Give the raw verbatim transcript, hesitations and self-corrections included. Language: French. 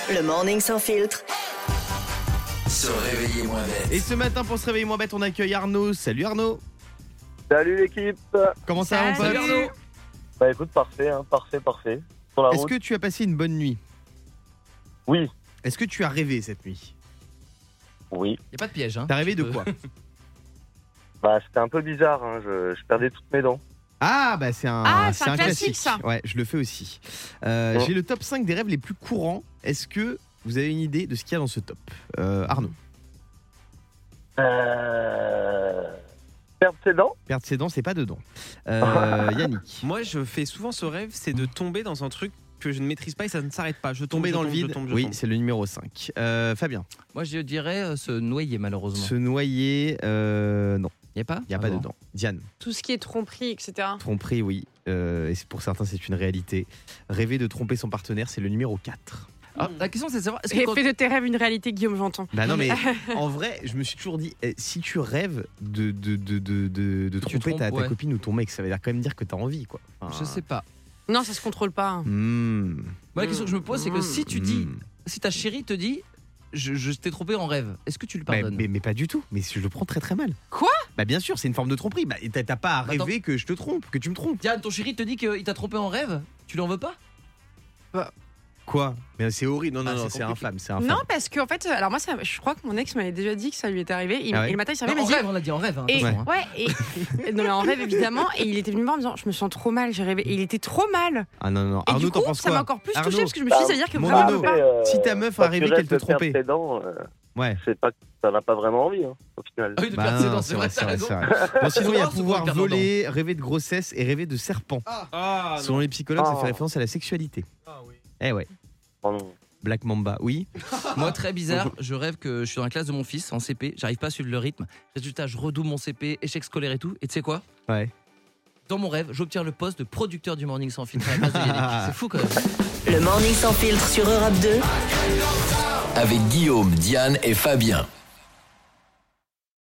Le Morning Sans Filtre. Se réveiller moins bête. Et ce matin, pour se réveiller moins bête, on accueille Arnaud. Salut Arnaud. Salut l'équipe. Comment ça va, mon pote? Salut Arnaud. Bah écoute, parfait, hein, parfait, parfait. Sur la Est-ce route. que tu as passé une bonne nuit? Oui, Est-ce que tu as rêvé cette nuit? oui. Y a pas de piège, hein. T'as rêvé de Tu peux- quoi? Bah c'était un peu bizarre, hein. je, je perdais toutes mes dents. Ah bah c'est un, Ah, c'est un classique, ça. Ouais, je le fais aussi. Euh, Oh. J'ai le top cinq des rêves les plus courants. Est-ce que vous avez une idée de ce qu'il y a dans ce top? euh, Arnaud. Euh... Perdre ses dents. Perdre ses dents, c'est pas dedans. Euh, Yannick. Moi, je fais souvent ce rêve, c'est de tomber dans un truc que je ne maîtrise pas et ça ne s'arrête pas. Je tombe, Tomber je dans le tombe, vide. je tombe, je Oui, tombe. c'est le numéro cinq. Euh, Fabien. Moi, je dirais euh, se noyer, malheureusement. Se noyer, euh, non, Y a pas il n'y a Ah pas bon. dedans. Diane. Tout ce qui est tromperie, et cetera. Tromperie, oui. Euh, et c'est- pour certains, c'est une réalité. Rêver de tromper son partenaire, c'est le numéro quatre. Ah, la question, c'est de savoir. Est-ce que Et quand- fais de tes rêves une réalité, Guillaume, j'entends. Bah non, mais en vrai, je me suis toujours dit, eh, si tu rêves de, de, de, de, de, de Tu tromper trompes, ta, ta ouais. copine ou ton mec, ça veut dire quand même dire que t'as envie, quoi. Enfin, Je sais pas. Non, ça se contrôle pas. hmm, Moi, la question que je me pose, c'est que si tu dis, hmm. si ta chérie te dit, je, je t'ai trompé en rêve, est-ce que tu lui Bah, pardonnes? mais, mais pas du tout, mais je le prends très très mal. Quoi? Bah bien sûr, c'est une forme de tromperie. Bah, t'as t'as pas à Attends. rêver que je te trompe, que tu me trompes. Diane, ton chéri te dit qu'il t'a trompé en rêve, tu lui en veux pas? Quoi? Mais c'est horrible. Non, non, Ah, non, c'est c'est compliqué. infâme, c'est infâme. Non, parce que en fait, alors moi, ça, je crois que mon ex m'avait déjà dit que ça lui était arrivé. Il- Ah ouais et le matin, il s'est Non, réveillé, en il m'a dit. rêve, on l'a dit en rêve. Hein, Et, attention, hein. ouais, et, non mais en rêve évidemment, et il était venu me voir en me disant je me sens trop mal, j'ai rêvé, et il était trop mal. Ah non, non. Et Arnaud, du t'en coup, penses ça m'a quoi? encore plus Arnaud. touché parce que je me suis dit, ça veut dire que Mon vraiment, Nono. on peut pas. Si ta meuf a quand tu rêvé rêves qu'elle te de perdre trompait. tes dents, euh, Ouais. c'est pas, ça n'a pas vraiment envie, hein, au final. Ah oui, de Bah perdre ses non, dents, c'est c'est vrai, vrai, c'est t'as vrai, raison. c'est vrai. Bon, sinon, il y a Faut voir pouvoir ce qu'on perd voler, rêver de grossesse et rêver de serpent. Ah, Selon les psychologues, ça Ah. fait référence à la sexualité. Ah oui. Eh ouais. Oh non. Black Mamba, oui. Moi, très bizarre, je rêve que je suis dans la classe de mon fils en C P, j'arrive pas à suivre le rythme. Résultat, je redouble mon C P, échec scolaire et tout. Et tu sais quoi? Ouais. Dans mon rêve, j'obtiens le poste de producteur du Morning Sans Filtre à la place de Yannick. C'est fou quand même. Le Morning Sans Filtre sur Europe deux. Avec Guillaume, Diane et Fabien.